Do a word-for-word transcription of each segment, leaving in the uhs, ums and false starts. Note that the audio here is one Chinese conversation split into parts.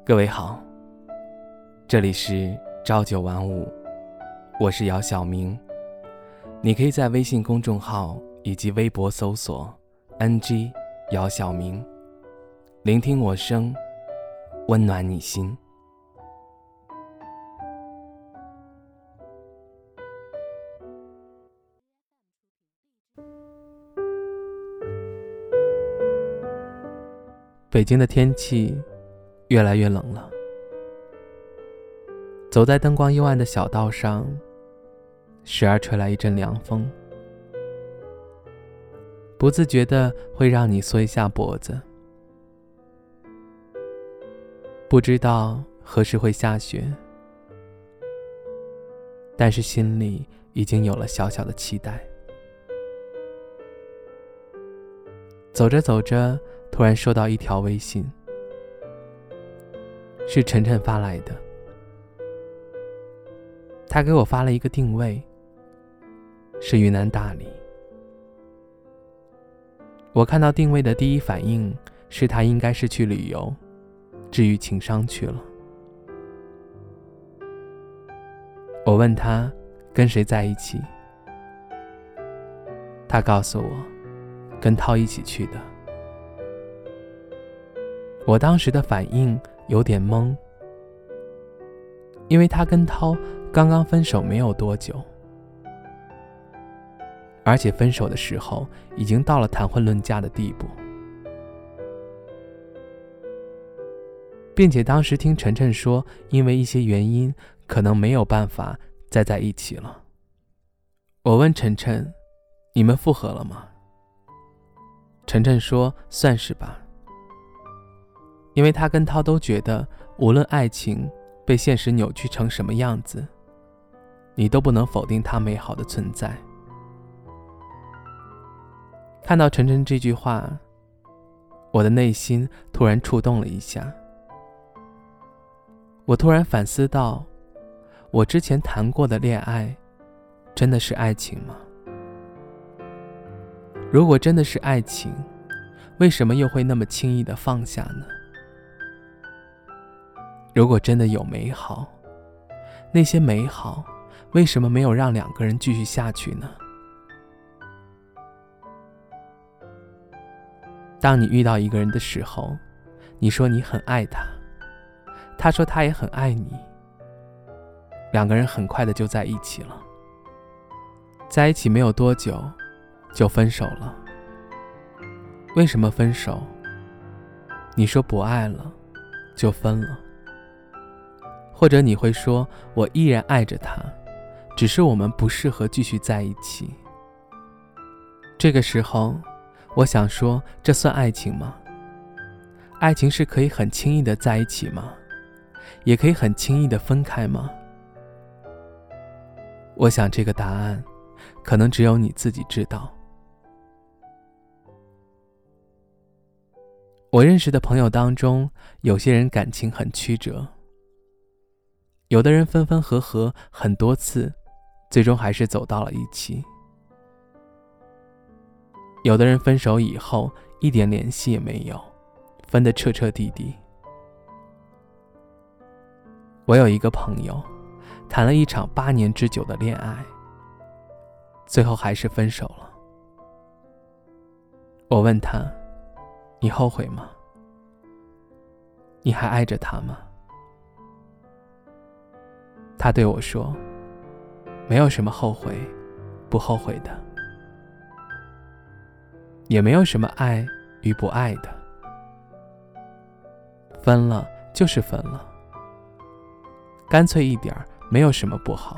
各位好，这里是朝九晚五，我是姚晓明。你可以在微信公众号以及微博搜索 N G 姚晓明，聆听我声，温暖你心。北京的天气越来越冷了，走在灯光幽暗的小道上，时而吹来一阵凉风，不自觉地会让你缩一下脖子。不知道何时会下雪，但是心里已经有了小小的期待。走着走着，突然收到一条微信，是晨晨发来的。他给我发了一个定位，是云南大理。我看到定位的第一反应是他应该是去旅游，治愈情伤去了。我问他跟谁在一起，他告诉我跟涛一起去的。我当时的反应有点懵，因为他跟涛刚刚分手没有多久，而且分手的时候已经到了谈婚论嫁的地步，并且当时听晨晨说因为一些原因可能没有办法再在一起了。我问晨晨，你们复合了吗？晨晨说算是吧，因为他跟涛都觉得无论爱情被现实扭曲成什么样子，你都不能否定它美好的存在。看到晨晨这句话，我的内心突然触动了一下。我突然反思到，我之前谈过的恋爱真的是爱情吗？如果真的是爱情，为什么又会那么轻易地放下呢？如果真的有美好，那些美好为什么没有让两个人继续下去呢？当你遇到一个人的时候，你说你很爱他，他说他也很爱你，两个人很快的就在一起了。在一起没有多久就分手了。为什么分手？你说不爱了就分了。或者你会说我依然爱着他，只是我们不适合继续在一起。这个时候我想说，这算爱情吗？爱情是可以很轻易的在一起吗？也可以很轻易的分开吗？我想这个答案可能只有你自己知道。我认识的朋友当中，有些人感情很曲折，有的人分分合合很多次，最终还是走到了一起。有的人分手以后一点联系也没有，分得彻彻底底。我有一个朋友谈了一场八年之久的恋爱，最后还是分手了。我问他，你后悔吗？你还爱着他吗？他对我说，没有什么后悔不后悔的，也没有什么爱与不爱的，分了就是分了，干脆一点，没有什么不好。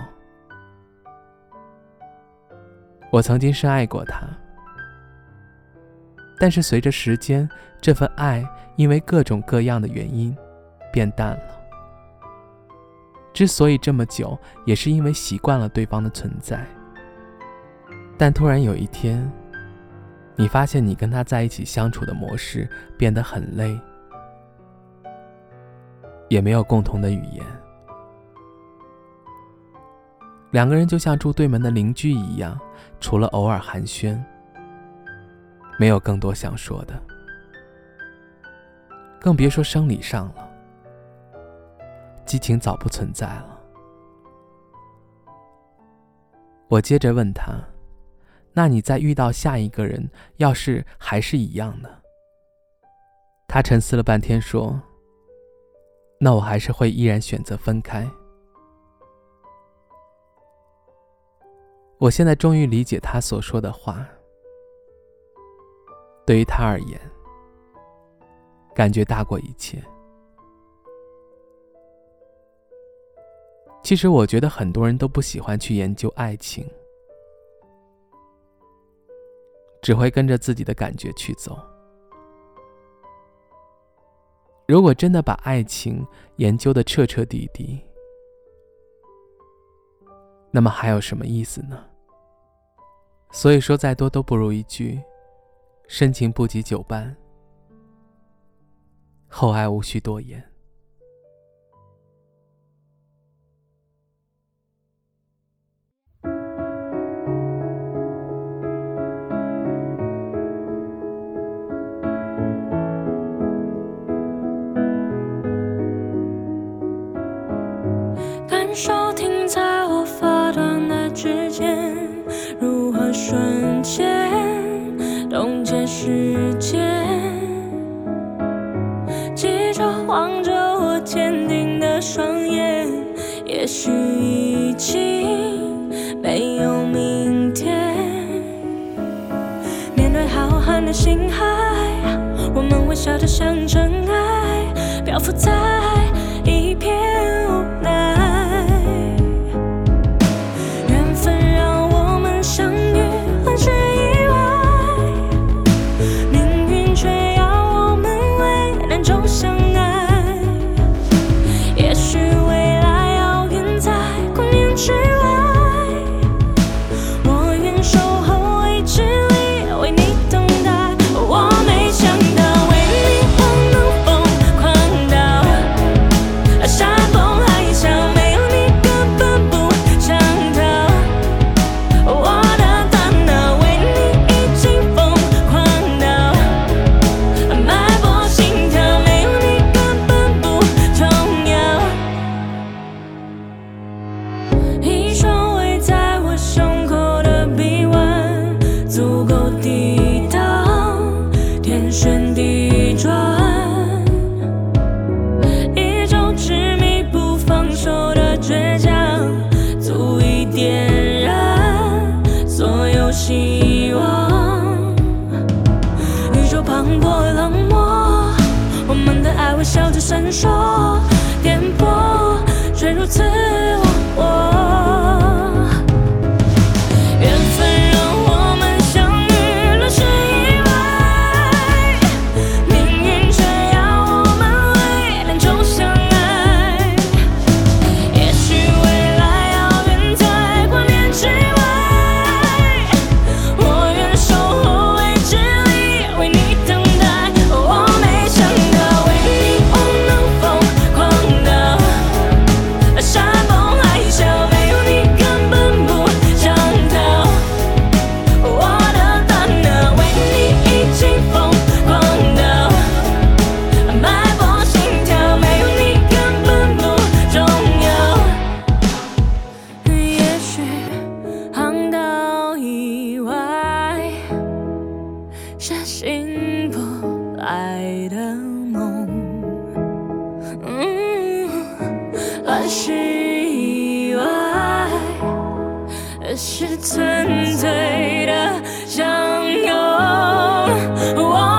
我曾经深爱过他，但是随着时间，这份爱因为各种各样的原因变淡了。之所以这么久，也是因为习惯了对方的存在。但突然有一天，你发现你跟他在一起相处的模式变得很累，也没有共同的语言。两个人就像住对门的邻居一样，除了偶尔寒暄，没有更多想说的。更别说生理上了， 激情早不存在了。我接着问他，那你再遇到下一个人，要是还是一样呢？他沉思了半天说，那我还是会依然选择分开。我现在终于理解他所说的话。对于他而言，感觉大过一切。其实我觉得很多人都不喜欢去研究爱情，只会跟着自己的感觉去走。如果真的把爱情研究得彻彻底底，那么还有什么意思呢？所以说再多都不如一句深情不及久伴，厚爱无需多言。 感受停在我发端的指尖，如何瞬间冻结时间，记着望着我坚定的双眼，也许已经没有明天。面对浩瀚的星海，我们微笑着像尘埃，漂浮在一片无奈。希望宇宙磅礴冷漠，我们的爱微笑着闪烁，颠簸却如此我我缘分让我们相遇了是意外，命运却要我们为两周相爱，也许未来遥远在光年之外，是醒不来的梦，嗯，而是意外，是纯粹的相拥。